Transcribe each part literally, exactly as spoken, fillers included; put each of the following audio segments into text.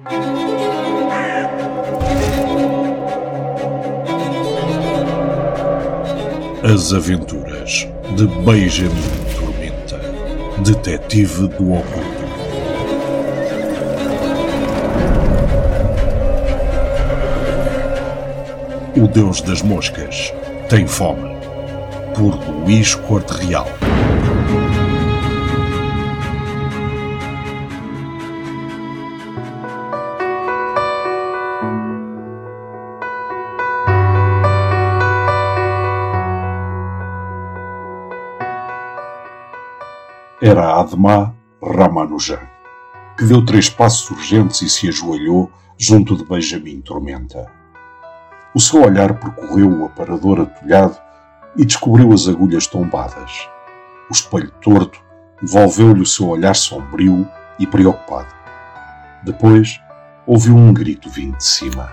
As aventuras de Benjamin Tormenta, detetive do oculto. O Deus das Moscas tem fome, por Luís Corte Real. Era Adma Ramanujan, que deu três passos urgentes e se ajoelhou junto de Benjamin Tormenta. O seu olhar percorreu o aparador atulhado e descobriu as agulhas tombadas. O espelho torto devolveu-lhe o seu olhar sombrio e preocupado. Depois, ouviu um grito vindo de cima.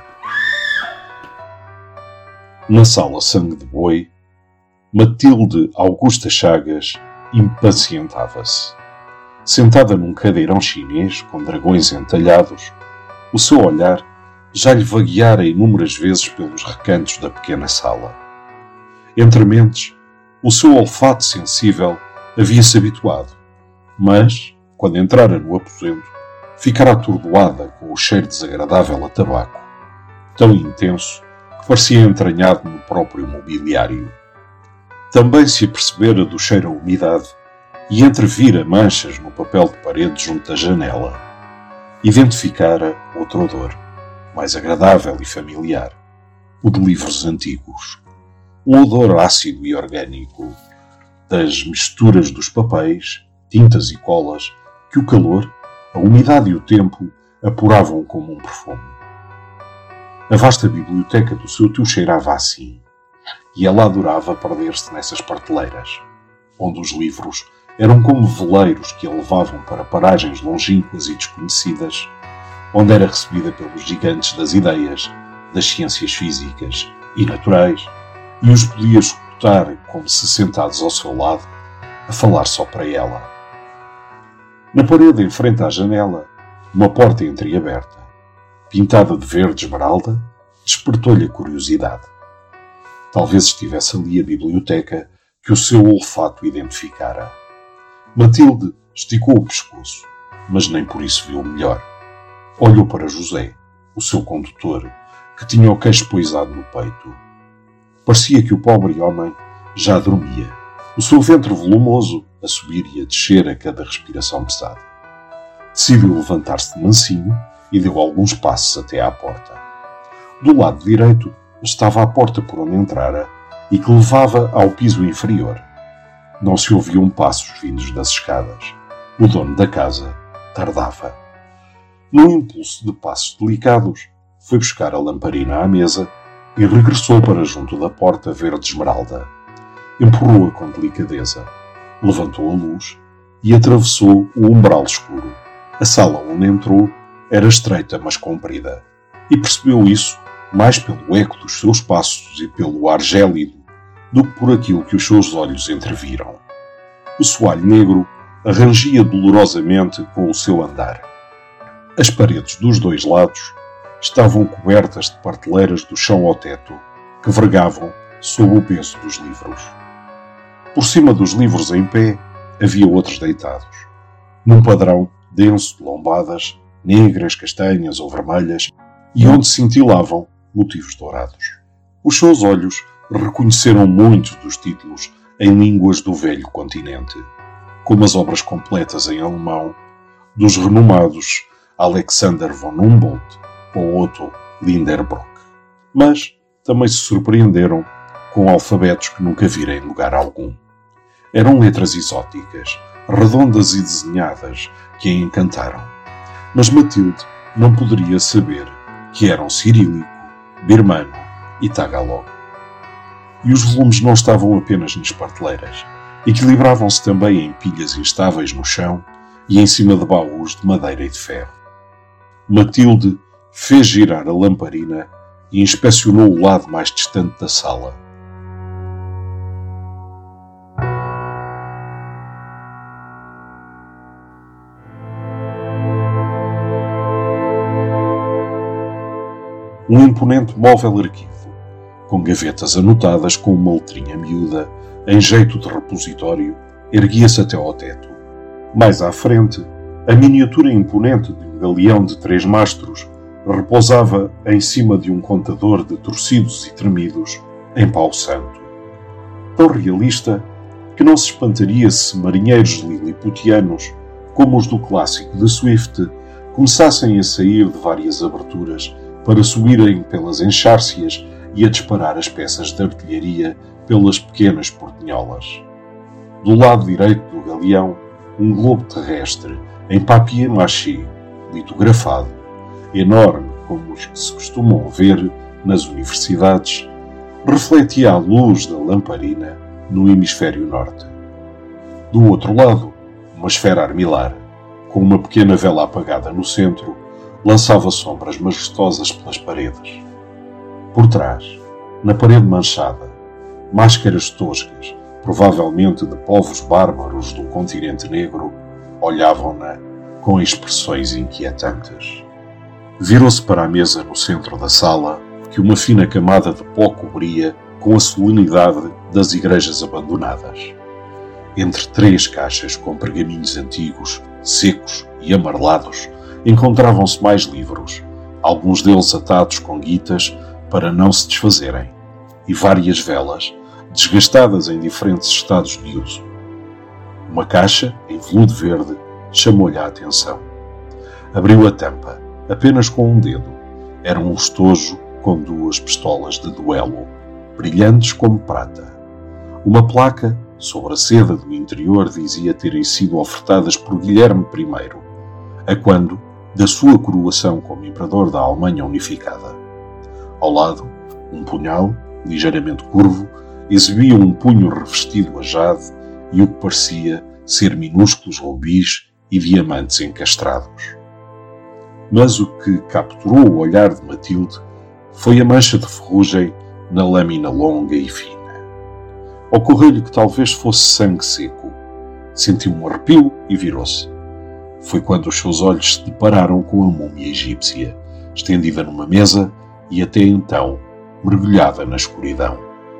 Na sala Sangue de Boi, Matilde Augusta Chagas impacientava-se. Sentada num cadeirão chinês com dragões entalhados, o seu olhar já lhe vagueara inúmeras vezes pelos recantos da pequena sala. Entre mentes, o seu olfato sensível havia-se habituado, mas, quando entrara no aposento, ficara atordoada com o cheiro desagradável a tabaco, tão intenso que parecia entranhado no próprio mobiliário. Também se apercebera do cheiro a umidade e entrevira manchas no papel de parede junto da janela. Identificara outro odor, mais agradável e familiar, o de livros antigos. Um odor ácido e orgânico, das misturas dos papéis, tintas e colas, que o calor, a umidade e o tempo apuravam como um perfume. A vasta biblioteca do seu tio cheirava assim, e ela adorava perder-se nessas prateleiras, onde os livros eram como veleiros que a levavam para paragens longínquas e desconhecidas, onde era recebida pelos gigantes das ideias, das ciências físicas e naturais, e os podia escutar como se sentados ao seu lado, a falar só para ela. Na parede em frente à janela, uma porta entreaberta, pintada de verde esmeralda, despertou-lhe a curiosidade. Talvez estivesse ali a biblioteca que o seu olfato identificara. Matilde esticou o pescoço, mas nem por isso viu melhor. Olhou para José, o seu condutor, que tinha o queixo poisado no peito. Parecia que o pobre homem já dormia, o seu ventre volumoso a subir e a descer a cada respiração pesada. Decidiu levantar-se de mansinho e deu alguns passos até à porta. Do lado direito estava a porta por onde entrara e que levava ao piso inferior. Não se ouviam passos vindos das escadas. O dono da casa tardava. Num impulso de passos delicados, foi buscar a lamparina à mesa e regressou para junto da porta verde esmeralda. Empurrou-a com delicadeza, levantou a luz e atravessou o umbral escuro. A sala onde entrou era estreita, mas comprida, e percebeu isso mais pelo eco dos seus passos e pelo ar gélido do que por aquilo que os seus olhos entreviram. O soalho negro arrangia dolorosamente com o seu andar. As paredes dos dois lados estavam cobertas de prateleiras do chão ao teto, que vergavam sob o peso dos livros. Por cima dos livros em pé, havia outros deitados, num padrão denso de lombadas, negras, castanhas ou vermelhas, e onde cintilavam motivos dourados. Os seus olhos reconheceram muitos dos títulos em línguas do velho continente, como as obras completas em alemão dos renomados Alexander von Humboldt ou Otto Lindenbrock. Mas também se surpreenderam com alfabetos que nunca viram em lugar algum. Eram letras exóticas, redondas e desenhadas, que a encantaram. Mas Matilde não poderia saber que eram cirílico, birmano e tagalog. E os volumes não estavam apenas nas prateleiras, equilibravam-se também em pilhas instáveis no chão e em cima de baús de madeira e de ferro. Matilde fez girar a lamparina e inspecionou o lado mais distante da sala. um imponente móvel erguido, com gavetas anotadas com uma letrinha miúda, em jeito de repositório, erguia-se até ao teto. Mais à frente, a miniatura imponente de um galeão de três mastros repousava em cima de um contador de torcidos e tremidos em pau santo. Tão realista que não se espantaria se marinheiros liliputianos, como os do clássico de Swift, começassem a sair de várias aberturas para subirem pelas enxárcias e a disparar as peças de artilharia pelas pequenas portinholas. Do lado direito do galeão, um globo terrestre em papier-mâché, litografado, enorme como os que se costumam ver nas universidades, refletia a luz da lamparina no hemisfério norte. Do outro lado, uma esfera armilar, com uma pequena vela apagada no centro, lançava sombras majestosas pelas paredes. Por trás, na parede manchada, máscaras toscas, provavelmente de povos bárbaros do continente negro, olhavam-na com expressões inquietantes. Virou-se para a mesa no centro da sala, que uma fina camada de pó cobria com a solenidade das igrejas abandonadas. Entre três caixas com pergaminhos antigos, secos e amarelados, encontravam-se mais livros, alguns deles atados com guitas para não se desfazerem, e várias velas, desgastadas em diferentes estados de uso. Uma caixa, em veludo verde, chamou-lhe a atenção. Abriu a tampa, apenas com um dedo. Era um estojo com duas pistolas de duelo, brilhantes como prata. Uma placa, sobre a seda do interior, dizia terem sido ofertadas por Guilherme I, a quando da sua coroação como imperador da Alemanha unificada. Ao lado, um punhal, ligeiramente curvo, exibia um punho revestido a jade e o que parecia ser minúsculos rubis e diamantes encastrados. Mas o que capturou o olhar de Matilde foi a mancha de ferrugem na lâmina longa e fina. Ocorreu-lhe que talvez fosse sangue seco. Sentiu um arrepio e virou-se. Foi quando os seus olhos se depararam com a múmia egípcia, estendida numa mesa e até então mergulhada na escuridão.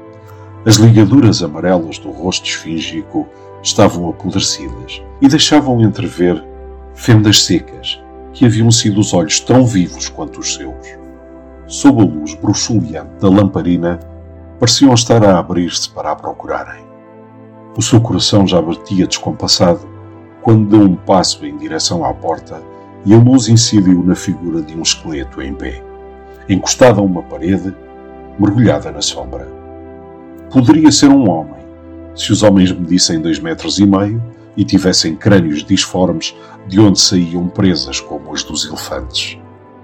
As ligaduras amarelas do rosto esfíngico estavam apodrecidas e deixavam entrever fendas secas que haviam sido os olhos tão vivos quanto os seus. Sob a luz bruxuleante da lamparina, pareciam estar a abrir-se para a procurarem. O seu coração já batia descompassado quando deu um passo em direção à porta e a luz incidiu na figura de um esqueleto em pé, encostado a uma parede, mergulhada na sombra. Poderia ser um homem, se os homens medissem dois metros e meio e tivessem crânios disformes de onde saíam presas como as dos elefantes.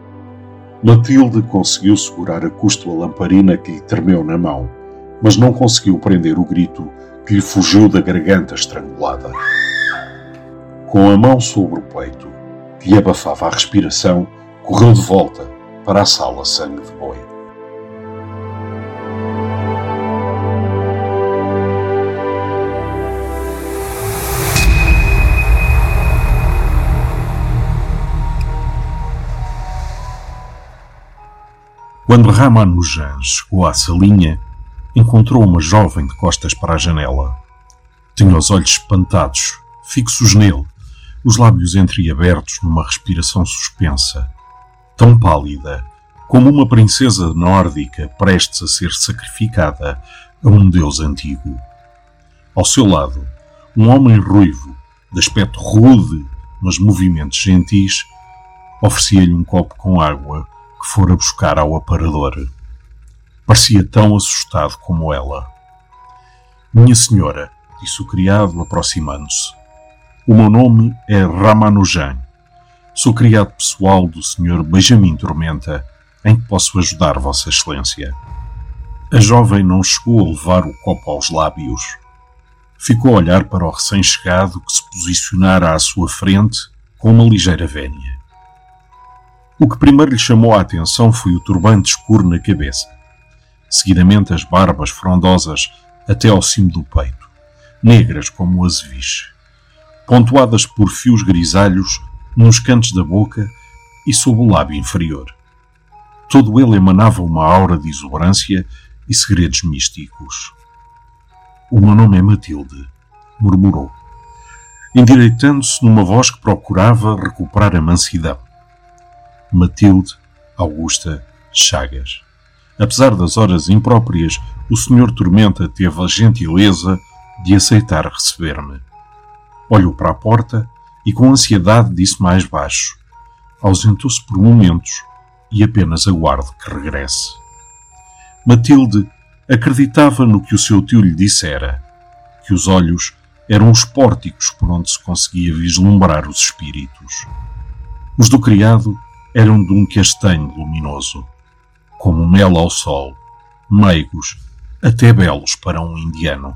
Matilde conseguiu segurar a custo a lamparina que lhe tremeu na mão, mas não conseguiu prender o grito que lhe fugiu da garganta estrangulada. Com a mão sobre o peito, que lhe abafava a respiração, correu de volta para a sala sangue de boi. Quando Ramanujan chegou à salinha, encontrou uma jovem de costas para a janela. Tinha os olhos espantados, fixos nele, os lábios entreabertos numa respiração suspensa, tão pálida como uma princesa nórdica prestes a ser sacrificada a um deus antigo. Ao seu lado, um homem ruivo, de aspecto rude, mas movimentos gentis, oferecia-lhe um copo com água que fora buscar ao aparador. Parecia tão assustado como ela. "Minha senhora", disse o criado, aproximando-se. "O meu nome é Ramanujan. Sou criado pessoal do senhor Benjamin Tormenta, em que posso ajudar Vossa Excelência." A jovem não chegou a levar o copo aos lábios. Ficou a olhar para o recém-chegado que se posicionara à sua frente com uma ligeira vénia. O que primeiro lhe chamou a atenção foi o turbante escuro na cabeça. Seguidamente as barbas frondosas até ao cimo do peito, negras como o azeviche, pontuadas por fios grisalhos nos cantos da boca e sob o lábio inferior. Todo ele emanava uma aura de exuberância e segredos místicos. "O meu nome é Matilde", murmurou, endireitando-se numa voz que procurava recuperar a mansidão. Matilde Augusta Chagas. Apesar das horas impróprias, o senhor Tormenta teve a gentileza de aceitar receber-me. Olhou para a porta e com ansiedade disse mais baixo. Ausentou-se por momentos e apenas aguardo que regresse. Matilde acreditava no que o seu tio lhe dissera, que os olhos eram os pórticos por onde se conseguia vislumbrar os espíritos. Os do criado eram de um castanho luminoso, como mel ao sol, meigos, até belos para um indiano.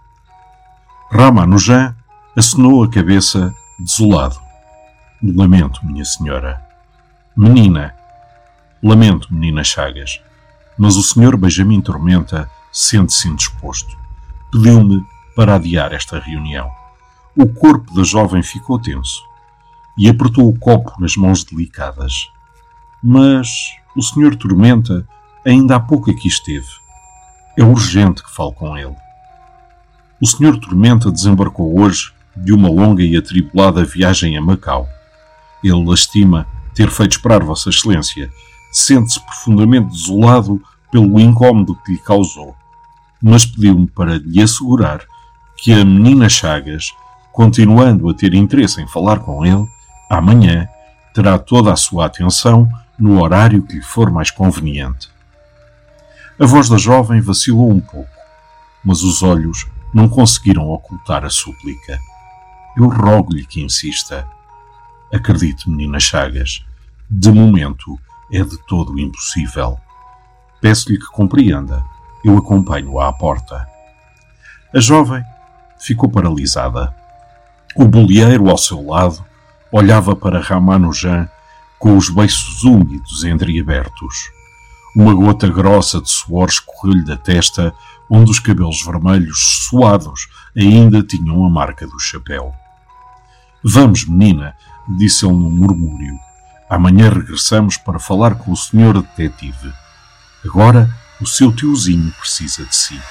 Ramanujan acenou a cabeça desolado. "Lamento, minha senhora." "Menina." "Lamento, menina Chagas, mas o senhor Benjamin Tormenta sente-se indisposto. Pediu-me para adiar esta reunião." O corpo da jovem ficou tenso e apertou o copo nas mãos delicadas. "Mas o senhor Tormenta ainda há pouco aqui esteve. É urgente que fale com ele." "O senhor Tormenta desembarcou hoje de uma longa e atribulada viagem a Macau. Ele lastima ter feito esperar Vossa Excelência. Sente-se profundamente desolado pelo incómodo que lhe causou, mas pediu-me para lhe assegurar que a menina Chagas, continuando a ter interesse em falar com ele, amanhã terá toda a sua atenção no horário que lhe for mais conveniente." A voz da jovem vacilou um pouco, mas os olhos não conseguiram ocultar a súplica. "Eu rogo-lhe que insista. Acredite, menina Chagas, de momento é de todo impossível. Peço-lhe que compreenda. Eu acompanho-a à porta." A jovem ficou paralisada. O boleeiro ao seu lado olhava para Ramanujan com os beiços úmidos entreabertos. Uma gota grossa de suor escorreu-lhe da testa, onde os cabelos vermelhos, suados, ainda tinham a marca do chapéu. "Vamos, menina", disse ele num murmúrio. "Amanhã regressamos para falar com o senhor detetive. Agora o seu tiozinho precisa de si."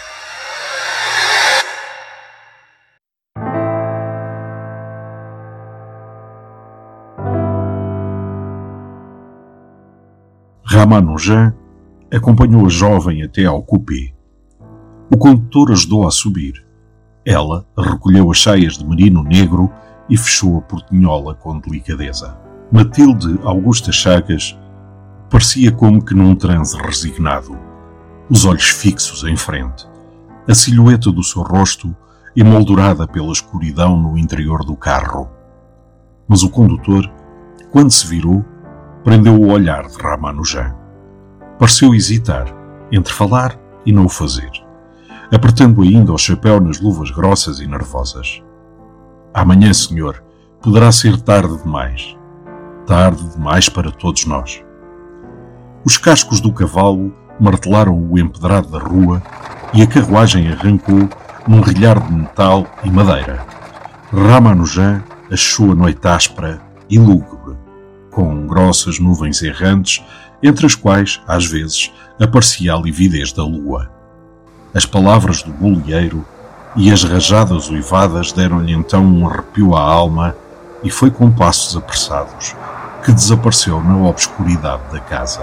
Ramanujan acompanhou a jovem até ao coupé. O condutor ajudou-a a subir. Ela recolheu as saias de merino negro e fechou a portinhola com delicadeza. Matilde Augusta Chagas parecia como que num transe resignado, os olhos fixos em frente, a silhueta do seu rosto emoldurada pela escuridão no interior do carro. Mas o condutor, quando se virou, prendeu o olhar de Ramanujan. Pareceu hesitar entre falar e não o fazer, apertando ainda o chapéu nas luvas grossas e nervosas. "Amanhã, senhor, poderá ser tarde demais. Tarde demais para todos nós." Os cascos do cavalo martelaram o empedrado da rua e a carruagem arrancou num rilhar de metal e madeira. Ramanujan achou a noite áspera e lúgubre, com grossas nuvens errantes, entre as quais, às vezes, aparecia a lividez da lua. As palavras do boleeiro e as rajadas uivadas deram-lhe então um arrepio à alma e foi com passos apressados que desapareceu na obscuridade da casa.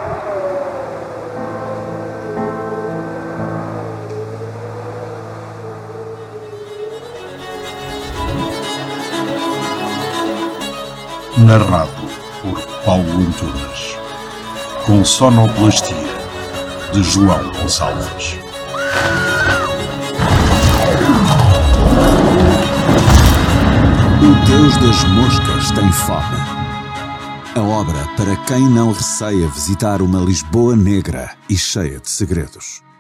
Narrado por Paulo Antunes, com sonoplastia de João Gonçalves. O Deus das Moscas tem fome. A obra para quem não receia visitar uma Lisboa negra e cheia de segredos.